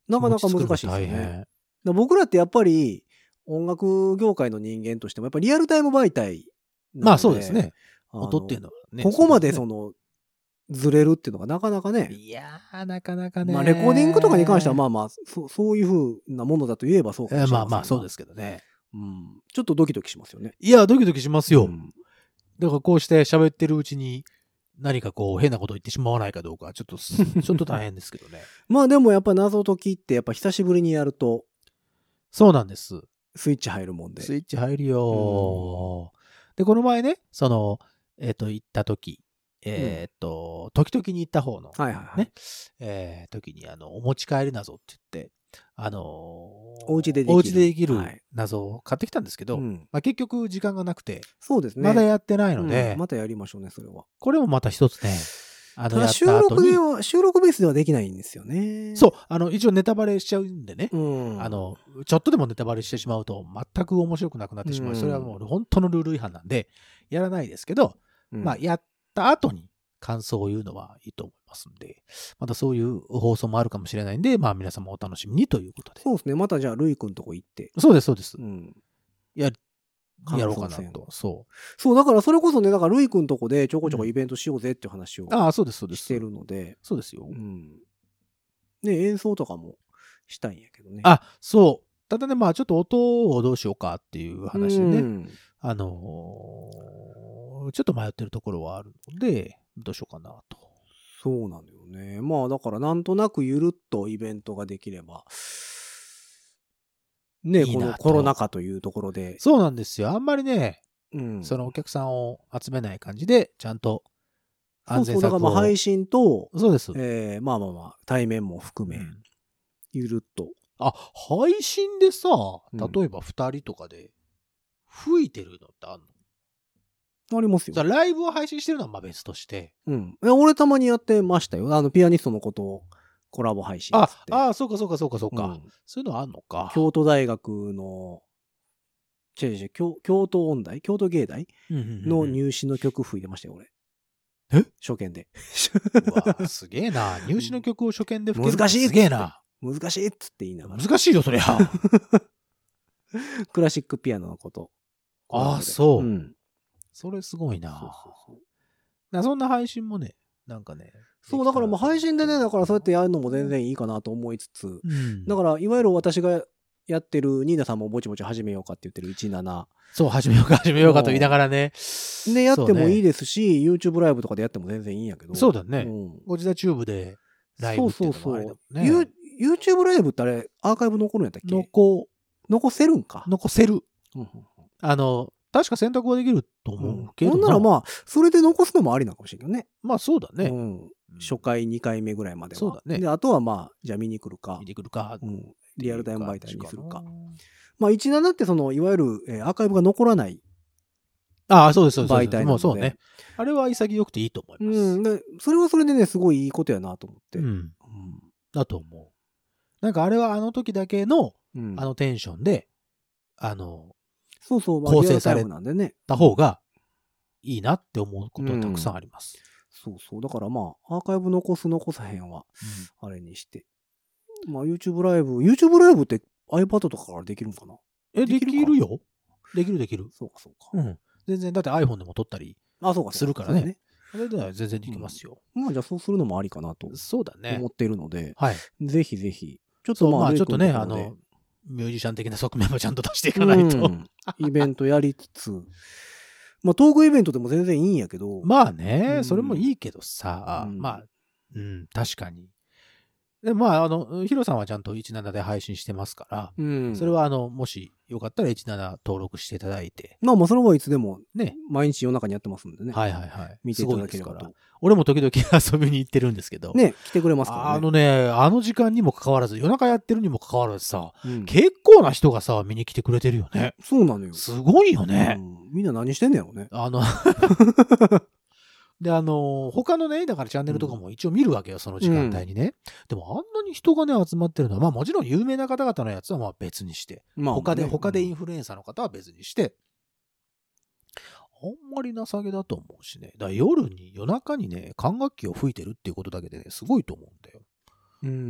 Speaker 2: なかなか難しいですよね。僕らってやっぱり音楽業界の人間としてもやっぱりリアルタイム媒体なので、
Speaker 3: まあそうですね。音っていうのはね。
Speaker 2: ここまでその、ずれるっていうのがなかなかね。
Speaker 3: いやー、なかなかね。
Speaker 2: まあレコーディングとかに関してはまあまあ、そ, そういう風なものだと言えばそうかもしれない。
Speaker 3: まあまあそうですけどね。
Speaker 2: うん。ちょっとドキドキしますよね。
Speaker 3: いや、ドキドキしますよ。うん、だからこうして喋ってるうちに何かこう変なこと言ってしまわないかどうか、ちょっと、ちょっと大変ですけどね。
Speaker 2: まあでもやっぱ謎解きってやっぱ久しぶりにやると。
Speaker 3: そうなんです。
Speaker 2: スイッチ入るもんで。
Speaker 3: スイッチ入るよ、うん。で、この前ね、その、えっ、ー、と、行った時、えっ、ー、と、うん、時々に行った方の、ね、はいはいはい、えー、時に、あの、お持ち帰り謎って言って、あのー、
Speaker 2: お家でできる。
Speaker 3: お家でできる謎を買ってきたんですけど、はい、まあ、結局時間がなくて、
Speaker 2: そうですね。
Speaker 3: まだやってないので、
Speaker 2: うん、またやりましょうね、それは。
Speaker 3: これもまた一つね、あの、
Speaker 2: ただ収録では、収録ベースではできないんですよね。
Speaker 3: そう。あの、一応ネタバレしちゃうんでね。うん、あの、ちょっとでもネタバレしてしまうと、全く面白くなくなってしまう。うん、それはもう本当のルール違反なんで、やらないですけど、うん、まあ、やった後に感想を言うのはいいと思いますんで、またそういう放送もあるかもしれないんで、まあ、皆様お楽しみにということで。
Speaker 2: そうですね。またじゃあ、ルイ君とこ行って。
Speaker 3: そうです、そうです。
Speaker 2: うん。
Speaker 3: や、やろうかなと。そう。
Speaker 2: そう、だからそれこそね、だからルイ君とこでちょこちょこイベントしようぜっていう話を、うん、
Speaker 3: ああ、そうです、そうです。
Speaker 2: してるので。
Speaker 3: そうですよ。
Speaker 2: うん。ね、演奏とかもしたいんやけどね。
Speaker 3: あ、そう。ただね、まあちょっと音をどうしようかっていう話でね、うん、あのー、ちょっと迷ってるところはあるので、どうしようかなと。
Speaker 2: そうなのよね。まあだからなんとなくゆるっとイベントができれば、ね、いいこのコロナ禍というところで。
Speaker 3: そうなんですよ。あんまりね、うん、そのお客さんを集めない感じで、ちゃんと安全策を。そうそう、
Speaker 2: だからまあ配信と、
Speaker 3: そうです。
Speaker 2: えー、まあまあまあ、対面も含め、うん、ゆるっと。
Speaker 3: あ、配信でさ、例えば二人とかで吹いてるのってあんの？
Speaker 2: ありますよ。
Speaker 3: ライブを配信してるのはまあ別として。
Speaker 2: うん。いや、俺たまにやってましたよ。あの、ピアニストのことをコラボ配信
Speaker 3: あ、ああ、そうかそうかそうかそうか、うん。そういうのあんのか。
Speaker 2: 京都大学の、違う違う、京, 京都音大京都芸大の入試の曲吹いてましたよ、俺。
Speaker 3: え
Speaker 2: 初見で。
Speaker 3: うわすげえな。入試の曲を初見で吹ける。
Speaker 2: 難しい
Speaker 3: すげえな。
Speaker 2: 難しいっつって言いながら。
Speaker 3: 難しいよ、そりゃ。
Speaker 2: クラシックピアノのこと。
Speaker 3: ああ、そう。うん。それすごいな。そうそうそう。そんな配信もね、なんかね。
Speaker 2: そう、だからもう配信でね、だからそうやってやるのも全然いいかなと思いつつ、うん、だからいわゆる私がやってる、ニーナさんもぼちぼち始めようかって言ってるじゅうなな。
Speaker 3: そう、始めようか始めようかと言いながらね。
Speaker 2: ね、やってもいいですし、ね、YouTube ライブとかでやっても全然いいんやけど。
Speaker 3: そうだね。うん、ご自宅チューブでライブっていうのもあれだもんね。そうそうそう。
Speaker 2: YouTube ライブってあれ、アーカイブ残るんやったっけ？
Speaker 3: 残、
Speaker 2: 残せるんか。
Speaker 3: 残せる。うん、あの、確か選択はできると思うけど、うん。
Speaker 2: ほんならまあ、それで残すのもありなのかもしれんけどね。
Speaker 3: まあそうだね。
Speaker 2: うん。初回にかいめぐらいまでは。
Speaker 3: そうだね。
Speaker 2: で、あとはまあ、じゃあ見に来るか。
Speaker 3: 見に来るか。
Speaker 2: うん。リアルタイム媒体にするか。まあ、じゅうななってその、いわゆる、えー、アーカイブが残らない。
Speaker 3: ああ、そうです、そうです。
Speaker 2: 媒体なので。もう
Speaker 3: そうね。あれは潔くていいと思います。
Speaker 2: うん。で、それはそれでね、すごいいいことやなと思って。
Speaker 3: うん。うん、だと思う。なんかあれはあの時だけの、うん、あのテンションで、あの、
Speaker 2: そうそう、
Speaker 3: まあ、構成された方がいいなって思うことはたくさんあります。
Speaker 2: うん、そうそう。だからまあ、アーカイブ残す残さへんは、あれにして。うん、まあ YouTube ライブ、YouTube ライブって iPad とかからできるんかな？
Speaker 3: え、できるよ。できるできる。
Speaker 2: そうかそうか。
Speaker 3: うん。全然、だって iPhone でも撮ったりするからね。それでは全然できますよ。
Speaker 2: うん、まあじゃあそうするのもありかなと。
Speaker 3: そうだね。
Speaker 2: 思っているので。
Speaker 3: はい。
Speaker 2: ぜひぜひ。
Speaker 3: ちょっとまあ、ちょっとね、あの、ミュージシャン的な側面もちゃんと出していかないと。うん、
Speaker 2: イベントやりつつ。まあトークイベントでも全然いいんやけど。
Speaker 3: まあね、うん、それもいいけどさ、うん、まあ、うん、確かに。でまあ、あの、ヒロさんはちゃんとじゅうななで配信してますから、うん、それはあの、もしよかったらじゅうなな登録していただいて。
Speaker 2: まあまあ、それはいつでも、ね、毎日夜中にやってますんでね。
Speaker 3: はいはいはい。
Speaker 2: 見ていただければと。
Speaker 3: 俺も時々遊びに行ってるんですけど。
Speaker 2: ね、来てくれますからね。
Speaker 3: あのね、あの時間にもかかわらず、夜中やってるにもかかわらずさ、うん、結構な人がさ、見に来てくれてるよね。
Speaker 2: そうなのよ。
Speaker 3: すごいよね。
Speaker 2: うん、みんな何してんねやろね。
Speaker 3: あの、で、あの、他のね、だからチャンネルとかも一応見るわけよ、その時間帯にね。うん、でもあんなに人がね、集まってるのは、まあもちろん有名な方々のやつはまあ別にして、まあね、他で、他でインフルエンサーの方は別にして、あんまり情けだと思うしね。だから夜に、夜中にね、管楽器を吹いてるっていうことだけでね、すごいと思うんだよ。
Speaker 2: うん。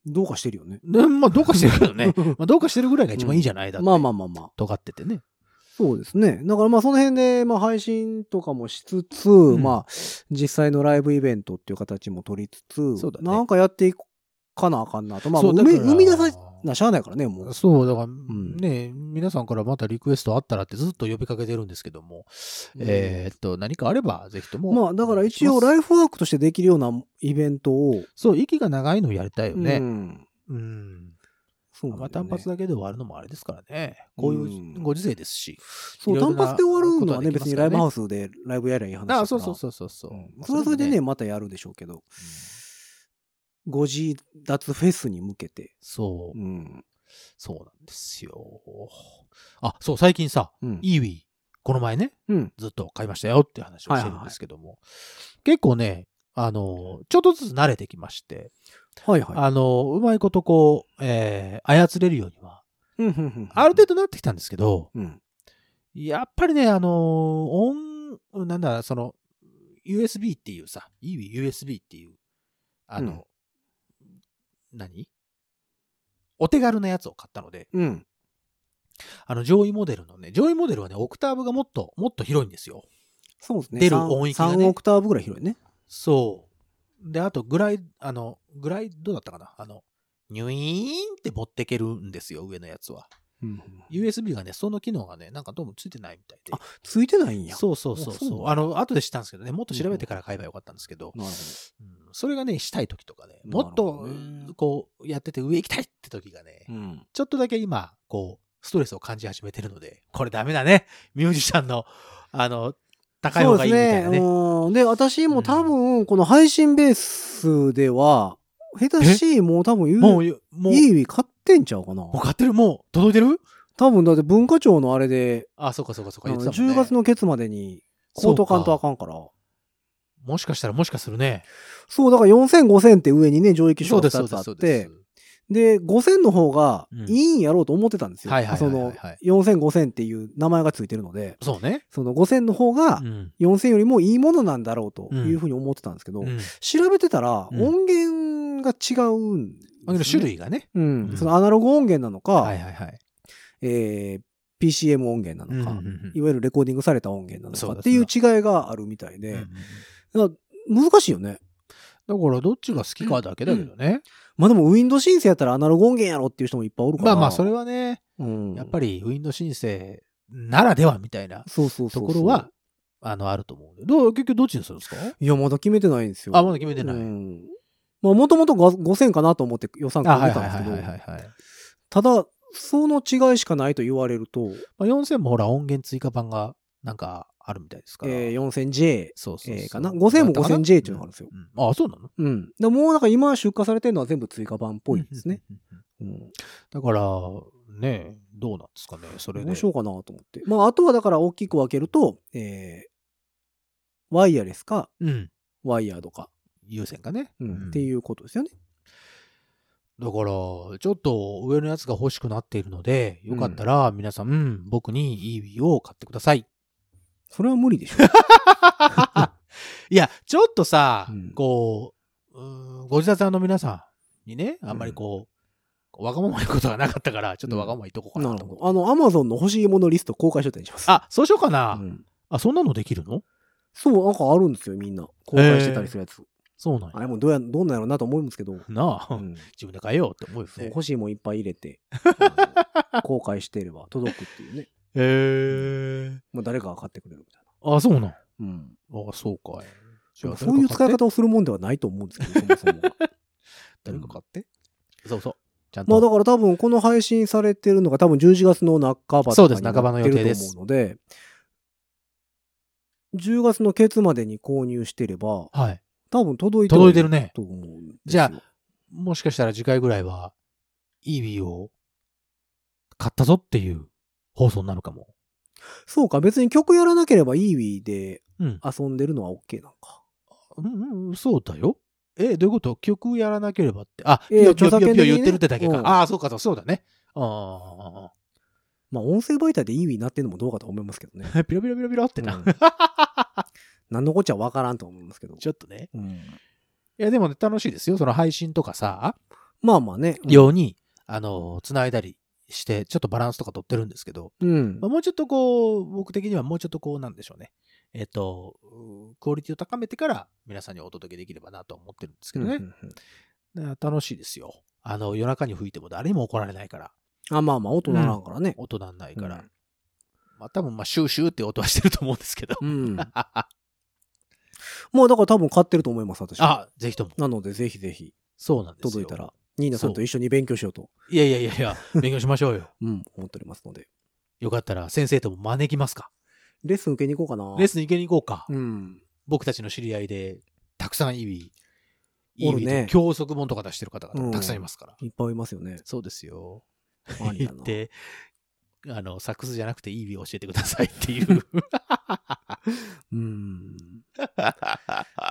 Speaker 2: どうかしてるよね。
Speaker 3: ね、まあどうかしてるけどね。まあどうかしてるぐらいが一番いいじゃない、だって。
Speaker 2: まあまあまあまあ。
Speaker 3: 尖っててね。
Speaker 2: そうですね。だからまあその辺で、まあ配信とかもしつつ、うん、まあ実際のライブイベントっていう形も取りつつ、そうだね、なんかやっていかなあかんなと。まあ生み、生み出さなしゃあないからね、もう。
Speaker 3: そう、だから、うん、ね、皆さんからまたリクエストあったらってずっと呼びかけてるんですけども、うん、えー、っと、何かあればぜひとも。
Speaker 2: まあだから一応ライフワークとしてできるようなイベントを。
Speaker 3: そう、息が長いのをやりたいよね。
Speaker 2: うん。
Speaker 3: うん
Speaker 2: そうね、
Speaker 3: まあ単発だけで終わるのもあれですからね。こういうご時世ですし。
Speaker 2: そう、単発で終わるのはね、別にライブハウスでライブやりゃいい話だから。
Speaker 3: あ、そうそうそうそうそう、
Speaker 2: うん。それはそれでね、またやるでしょうけど。ご自立フェスに向けて。
Speaker 3: そう。
Speaker 2: うん、
Speaker 3: そうなんですよ。あ、そう、最近さ、うん、イーウィー、この前ね、うん、ずっと買いましたよっていう話をしてるんですけども、はいはいはい、結構ね、あの、ちょっとずつ慣れてきまして、はいはい。あの、うまいことこう、えー、操れるようには、ある程度なってきたんですけど、うん、やっぱりね、あの、音、なんだ、その、ユーエスビー っていうさ、イーウィー ユーエスビー っていう、あの、うん、何お手軽なやつを買ったので、うん、あの、上位モデルのね、上位モデルはね、オクターブがもっと、もっと広いんですよ。
Speaker 2: そうですね。
Speaker 3: 出る音域がね。
Speaker 2: さんオクターブぐらい広いね。
Speaker 3: そう。で、あと、グライ、あの、グライドだったかなあの、ニュイーンって持ってけるんですよ、上のやつは。うんうん、ユーエスビー がね、その機能がね、なんかどうもついてないみたいで。
Speaker 2: あ、ついてないんや。
Speaker 3: そうそうそうそう。あの、後で知ったんですけどね、もっと調べてから買えばよかったんですけど、うん、なるほど、うん。それがね、したい時とかね、もっと、こう、やってて上行きたいって時がね、うん、ちょっとだけ今、こう、ストレスを感じ始めてるので、これダメだね。ミュージシャンの、あの、高い方がいいみたいなね。
Speaker 2: そうですね。で、私も多分、この配信ベースでは、下手し、もう多分、もう、もう、イーウィー買ってんちゃうかな。
Speaker 3: もう買ってるもう、届いてる
Speaker 2: 多分、だって文化庁のあれで、
Speaker 3: あ、そうかそうかそうか、
Speaker 2: 言ってたもんね。じゅうがつのケツまでに、コートかんとあかんから。
Speaker 3: もしかしたらもしかするね。
Speaker 2: そう、だからよんせん、ごせんって上にね、上域書がふたつあって、で、ごせんの方がいいんやろうと思ってたんですよ。その、よんせん、ごせんっていう名前がついてるので、
Speaker 3: そうね。
Speaker 2: そのごせんの方がよんせんよりもいいものなんだろうというふうに思ってたんですけど、うん、調べてたら音源が違うんですね、
Speaker 3: 種類がね。
Speaker 2: うん。そのアナログ音源なのか、はいはいはい。えー、ピーシーエム 音源なのか、うんうんうん、いわゆるレコーディングされた音源なのかっていう違いがあるみたいで、うんうん、だ難しいよね。
Speaker 3: だからどっちが好きかだけだけどね。うんうん、
Speaker 2: まあでもウィンドウシンセやったらアナログ音源やろっていう人もいっぱいおるから。
Speaker 3: まあまあそれはね、うん、やっぱりウィンドウシンセならではみたいなところはあのあると思うんで。どう結局どっちにするんですか？
Speaker 2: いやまだ決めてないんですよ。
Speaker 3: あ、まだ決めてない。うん、
Speaker 2: まあもともとごせんかなと思って予算組んでたんですけど、ただその違いしかないと言われると、
Speaker 3: まあ、よんせんもほら音源追加版がなんかあるみたいですから。
Speaker 2: えー、よんせんジェー かな。ごせんも ごせんジェー っていうのがあるんですよ。
Speaker 3: うんうん、ああ、そうなの？
Speaker 2: うん。でもうなんか今出荷されてるのは全部追加版っぽいですね。
Speaker 3: だから、ね、どうなんですかね、それで。
Speaker 2: どうしようかなと思って。まあ、あとはだから大きく分けると、えー、ワイヤレスか、うん、ワイヤードか。
Speaker 3: 有線かね、
Speaker 2: うん。っていうことですよね。
Speaker 3: だから、ちょっと上のやつが欲しくなっているので、よかったら皆さん、うん、僕に イーウィー を買ってください。
Speaker 2: それは無理でしょ。
Speaker 3: いや、ちょっとさ、うん、こう、うご自宅の皆さんにね、あんまりこう、うん、わがままなことがなかったから、ちょっとわがまま言っとこうかなと思って、
Speaker 2: うん。あの、アマゾンの欲しいものリスト公開しといたりします。
Speaker 3: あ、そうしようかな。うん、あ、そんなのできるの？
Speaker 2: そう、なんかあるんですよ、みんな。公開してたりするやつ。
Speaker 3: そうなんや。
Speaker 2: あれもどうや、どうなんやろうなと思うんですけど。
Speaker 3: なあ、うん、自分で変えようって思うよね。
Speaker 2: 欲しいもんいっぱい入れて、公開していれば届くっていうね。
Speaker 3: へえ。
Speaker 2: もう誰かが買ってくれるみたいな。
Speaker 3: あ、そうなん。
Speaker 2: うん。
Speaker 3: あ、そうかい。
Speaker 2: そういう使い方をするもんではないと思うんですけど、そもそも。
Speaker 3: 誰か買って、うん、そうそう。ちゃんと。
Speaker 2: まあだから多分この配信されてるのが多分じゅういちがつの半ばとかになってると思うので、じゅうがつのケツまでに購入してれば、はい。多分届いてる
Speaker 3: 届いてるね。
Speaker 2: と思う。
Speaker 3: じゃあ、もしかしたら次回ぐらいは、イーウィー を買ったぞっていう放送になるかも。
Speaker 2: そうか、別に曲やらなければ イーウィー で遊んでるのは OK なんか。
Speaker 3: うん、うん、そうだよ。え、どういうこと？曲やらなければって。あ、いや、著作権的にね、言ってるってだけか。うん、ああ、そうか、そうだね。ああ。
Speaker 2: まあ、音声媒体で イーウィー になってるのもどうかと思いますけどね。
Speaker 3: ピロピロピロピロってな。うん、
Speaker 2: 何のこっちゃわからんと思いますけど。
Speaker 3: ちょっとね。うん、いや、でもね、楽しいですよ。その配信とかさ。
Speaker 2: まあまあね。
Speaker 3: うん、ように、あの、繋いだりして、ちょっとバランスとか取ってるんですけど、
Speaker 2: うん
Speaker 3: まあ、もうちょっとこう、僕的にはもうちょっとこうなんでしょうね。えっと、クオリティを高めてから皆さんにお届けできればなと思ってるんですけどね。うんうんうん、楽しいですよ。あの、夜中に吹いても誰にも怒られないから。
Speaker 2: あ、まあまあ、音ならんからね。
Speaker 3: うん、音なんないから。うん、まあ多分、まあ、シューシューって音はしてると思うんですけど。うん。
Speaker 2: もうだから多分買ってると思います、私。
Speaker 3: あ、ぜひとも。
Speaker 2: なので、ぜひぜひ。
Speaker 3: そうなんですよ。
Speaker 2: 届いたら、ニーナさんと一緒に勉強しようと。
Speaker 3: いやいやいやいや、勉強しましょうよ。
Speaker 2: うん、思っておりますので。
Speaker 3: よかったら先生とも招きますか。
Speaker 2: レッスン受けに行こうかな。
Speaker 3: レッスン受けに行こうか。
Speaker 2: うん。
Speaker 3: 僕たちの知り合いで、たくさんイービー、イービーと教則本とか出してる方々たくさんいますから。
Speaker 2: うん、いっぱいいますよね。
Speaker 3: そうですよ。行って、あの、サックスじゃなくてイービーを教えてくださいっていう。
Speaker 2: うーん。うん。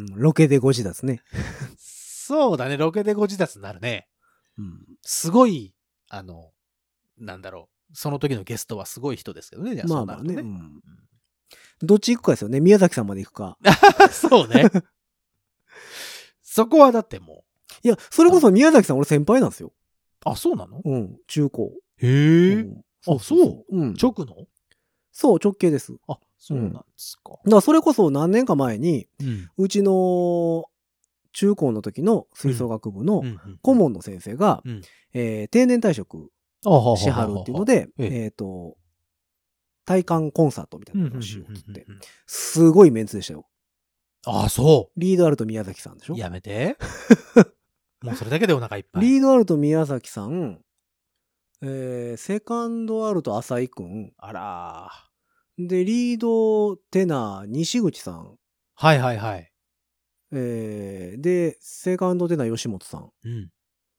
Speaker 2: ロケでご自立ね。
Speaker 3: そうだね。ロケでご自立になるね。
Speaker 2: うん。
Speaker 3: すごい、あの、なんだろう。その時のゲストはすごい人ですけどね。じゃあそうなるとね。まあまあね、うん。
Speaker 2: どっち行くかですよね。宮崎さんまで行くか。
Speaker 3: そうね。そこはだっても
Speaker 2: う。いや、それこそ宮崎さん俺先輩なんですよ。
Speaker 3: あ、そうなの？
Speaker 2: うん。中高。
Speaker 3: へえ、うん。あ、そう。うん。直の？
Speaker 2: そう、直系です。
Speaker 3: あ、そうなんですか。
Speaker 2: だからそれこそ何年か前に、うん、うちの中高の時の吹奏楽部の顧問の先生が、うんうん、えー、定年退職しはるっていうので、えっと、体感コンサートみたいなのをしようって言って、すごいメンツでしたよ。
Speaker 3: ああ、そう。
Speaker 2: リードアルト宮崎さんでしょ？
Speaker 3: やめて。もうそれだけでお腹いっぱい。
Speaker 2: リードアルト宮崎さん、えー、セカンドアルト浅井くん。
Speaker 3: あら
Speaker 2: ー。で、リードテナー西口さん。
Speaker 3: はいはいはい。
Speaker 2: えー、で、セカンドテナー吉本さん。
Speaker 3: うん。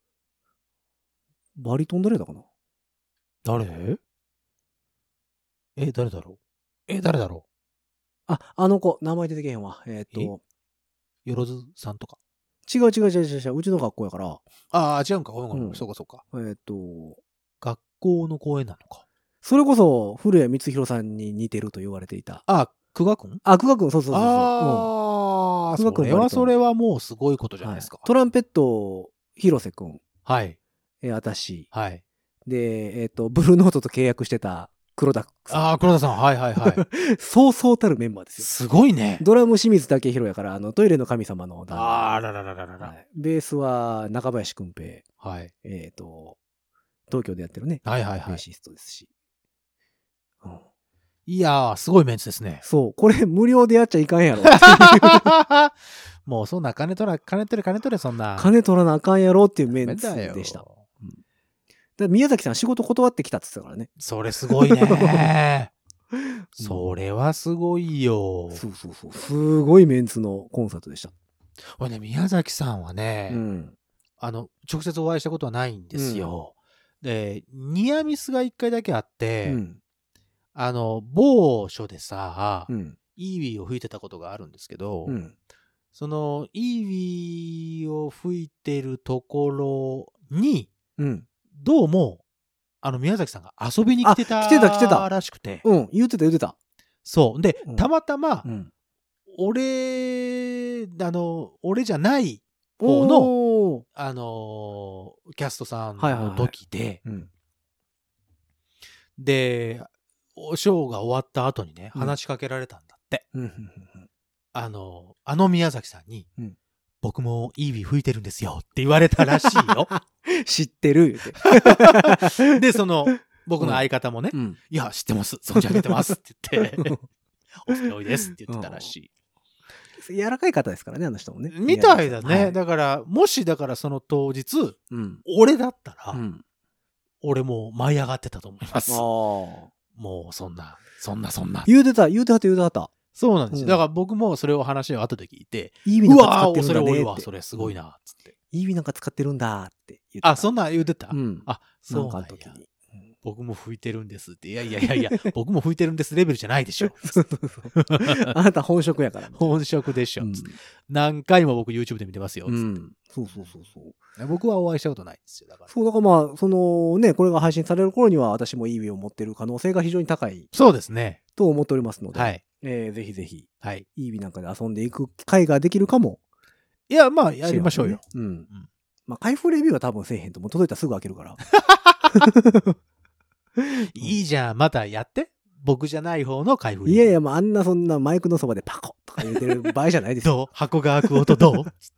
Speaker 2: バリトン誰だかな？
Speaker 3: 誰？え、誰だろう？え、誰だろ
Speaker 2: う？あ、あの子、名前出てけへんわ。えっ、ー、と。
Speaker 3: よろずさんとか。
Speaker 2: 違う違う違う違う違う。うちの学校やから。
Speaker 3: ああ、違うんか。ごめんごめん。そうかそうか。
Speaker 2: えっ、ー、と。
Speaker 3: 学校の公演なのか。
Speaker 2: それこそ、古谷光弘さんに似てると言われていた。
Speaker 3: あ、久我くん？
Speaker 2: あ、久我くん、そうそうそうそう。
Speaker 3: ああ、久我くん。それはそれはもうすごいことじゃないですか。
Speaker 2: はい、トランペット、広瀬くん。
Speaker 3: はい。
Speaker 2: えー、私。
Speaker 3: はい。
Speaker 2: で、えっ、ー、と、ブルーノートと契約してた黒田
Speaker 3: さん。ああ、黒田さん。はいはいはい。
Speaker 2: そうそうたるメンバーですよ。
Speaker 3: すごいね。
Speaker 2: ドラム清水武弘やから、あの、トイレの神様の。
Speaker 3: ああ、らららららら、はい。
Speaker 2: ベースは中林くん平。
Speaker 3: はい。
Speaker 2: えっ、ー、と、東京でやってるね。
Speaker 3: はいはいはい。
Speaker 2: ベーシストですし。
Speaker 3: うん、いやー、すごいメンツですね。
Speaker 2: そう。これ無料でやっちゃいかんやろ。
Speaker 3: もうそんな金取ら、金取れ金取れそんな。
Speaker 2: 金取らなあかんやろっていうメンツでした。うん、だ宮崎さん仕事断ってきたって言ってたからね。
Speaker 3: それすごいね。それはすごいよ。
Speaker 2: そうそうそう。すごいメンツのコンサートでした。
Speaker 3: これね、宮崎さんはね、
Speaker 2: うん、
Speaker 3: あの、直接お会いしたことはないんですよ。うん、で、ニアミスが一回だけあって、うん、あの、某所でさ、うん、イービーを吹いてたことがあるんですけど、うん、その、イービーを吹いてるところに、うん、どうも、あの、宮崎さんが遊びに来てた。
Speaker 2: 来てた来てた。
Speaker 3: らしくて。
Speaker 2: うん、言ってた言ってた。
Speaker 3: そう。で、うん、たまたま、うん、俺、あの、俺じゃない方の、あの、キャストさんの時で、はいはいはい、うん、で、ショーが終わった後にね、話しかけられたんだって。うん、あの、あの宮崎さんに、うん、僕もイービー吹いてるんですよって言われたらしいよ。
Speaker 2: 知ってる言
Speaker 3: うて。で、その、僕の相方もね、うん、いや、知ってます。存じ上げてますって言って、お好きおいですって言ってたらしい。
Speaker 2: 柔らかい方ですからね、あの人もね。
Speaker 3: みたいだね。はい、だから、もしだからその当日、うん、俺だったら、うん、俺もう舞い上がってたと思います。もうそんな、そんなそんな。
Speaker 2: 言うてた、言うてはった言うてはった。
Speaker 3: そうなんですよ。うん、だから僕もそれを話を後で聞いて、
Speaker 2: イービーなんか使ってるんだねって。
Speaker 3: うわー、それ多いわ、それすごいな、つって。
Speaker 2: イービーなんか使ってるんだって言ってた。
Speaker 3: あ、そんな言うてた。
Speaker 2: うん。
Speaker 3: あ、そうなんや。
Speaker 2: なんかの時に。
Speaker 3: 僕も吹いてるんですって。いやいやいやいや、僕も吹いてるんですレベルじゃないでしょ。
Speaker 2: そうそうそう。あなた本職やから。
Speaker 3: 本職でしょ、うん。何回も僕 YouTube で見てますよ。つって、うん。
Speaker 2: そうそうそうそう。
Speaker 3: 僕はお会いしたことないんですよ。だから。
Speaker 2: そう、だからまあ、そのね、これが配信される頃には私もイービーを持ってる可能性が非常に高い。
Speaker 3: そうですね。
Speaker 2: と思っておりますので。
Speaker 3: はい。
Speaker 2: えー、ぜひぜひ。
Speaker 3: はい。
Speaker 2: イービーなんかで遊んでいく機会ができるかも。
Speaker 3: いや、まあ、やりましょうよ。
Speaker 2: うん。うん、 まあ、開封レビューは多分せえへんと、もう届いたらすぐ開けるから。
Speaker 3: いいじゃん、またやって。僕じゃない方の開封レ
Speaker 2: ビュー。いやいや、まあ、あんなそんなマイクのそばでパコッとか言ってる場合じゃないですよ。
Speaker 3: どう箱が開く音どうつって。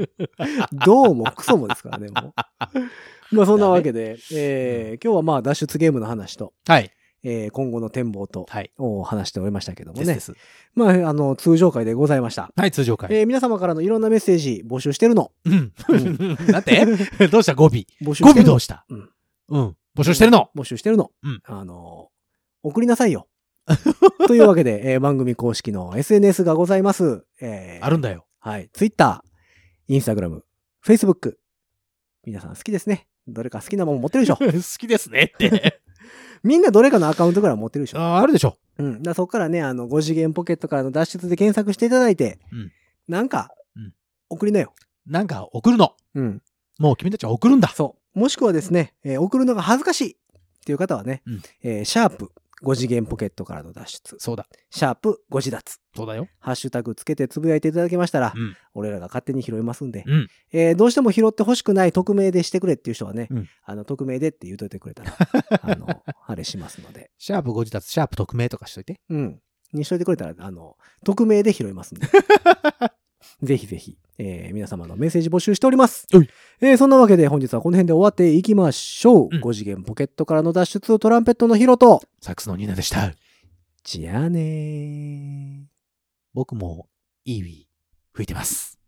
Speaker 2: どうもクソもですからね、もう。まあそんなわけで、えー、今日はまあ脱出ゲームの話と、
Speaker 3: はい。
Speaker 2: えー、今後の展望と、
Speaker 3: はい。を
Speaker 2: 話しておりましたけどもね。
Speaker 3: ですです。
Speaker 2: まあ、あの、通常回でございました。
Speaker 3: はい、通常回。
Speaker 2: えー、皆様からのいろんなメッセージ募集してるの。
Speaker 3: うん。だってどうした語尾。
Speaker 2: 募集してるの。
Speaker 3: 語尾どうした？うん。うん。募集してるの。
Speaker 2: 募集してるの。
Speaker 3: うん。
Speaker 2: あの、送りなさいよ。というわけで、えー、番組公式の エスエヌエス がございます。えー、
Speaker 3: あるんだよ。
Speaker 2: はい。Twitter、Instagram、Facebook。皆さん好きですね。どれか好きなもの持ってるでしょ。
Speaker 3: 好きですねって。
Speaker 2: みんなどれかのアカウントから持ってるでしょ。
Speaker 3: ああ、あるでしょ。
Speaker 2: うん。だそこからね、あの、ご次元ポケットからの脱出で検索していただいて、うん。なんか、うん。送りなよ。
Speaker 3: なんか送るの。うん。もう君たちは送るんだ。
Speaker 2: そう。もしくはですね、えー、送るのが恥ずかしいっていう方はね、うん。えー、シャープ、ご次元ポケットからの脱出。
Speaker 3: そうだ。
Speaker 2: シャープご自脱。
Speaker 3: そうだよ。
Speaker 2: ハッシュタグつけてつぶやいていただけましたら、うん、俺らが勝手に拾いますんで、
Speaker 3: うん、
Speaker 2: えー、どうしても拾って欲しくない匿名でしてくれっていう人はね、うん、あの、匿名でって言うといてくれたら、あの、あれしますので。
Speaker 3: シャープご自脱、シャープ匿名とかしといて。
Speaker 2: うん。にしといてくれたら、あの、匿名で拾いますんで。ぜひぜひ、えー、皆様のメッセージ募集しております。えー、そんなわけで本日はこの辺で終わっていきましょう。うん、ご次元ポケットからの脱出、トランペットのヒロと、
Speaker 3: サックスのニーナでした。
Speaker 2: じゃあねー。
Speaker 3: 僕も、イーウィー吹いてます。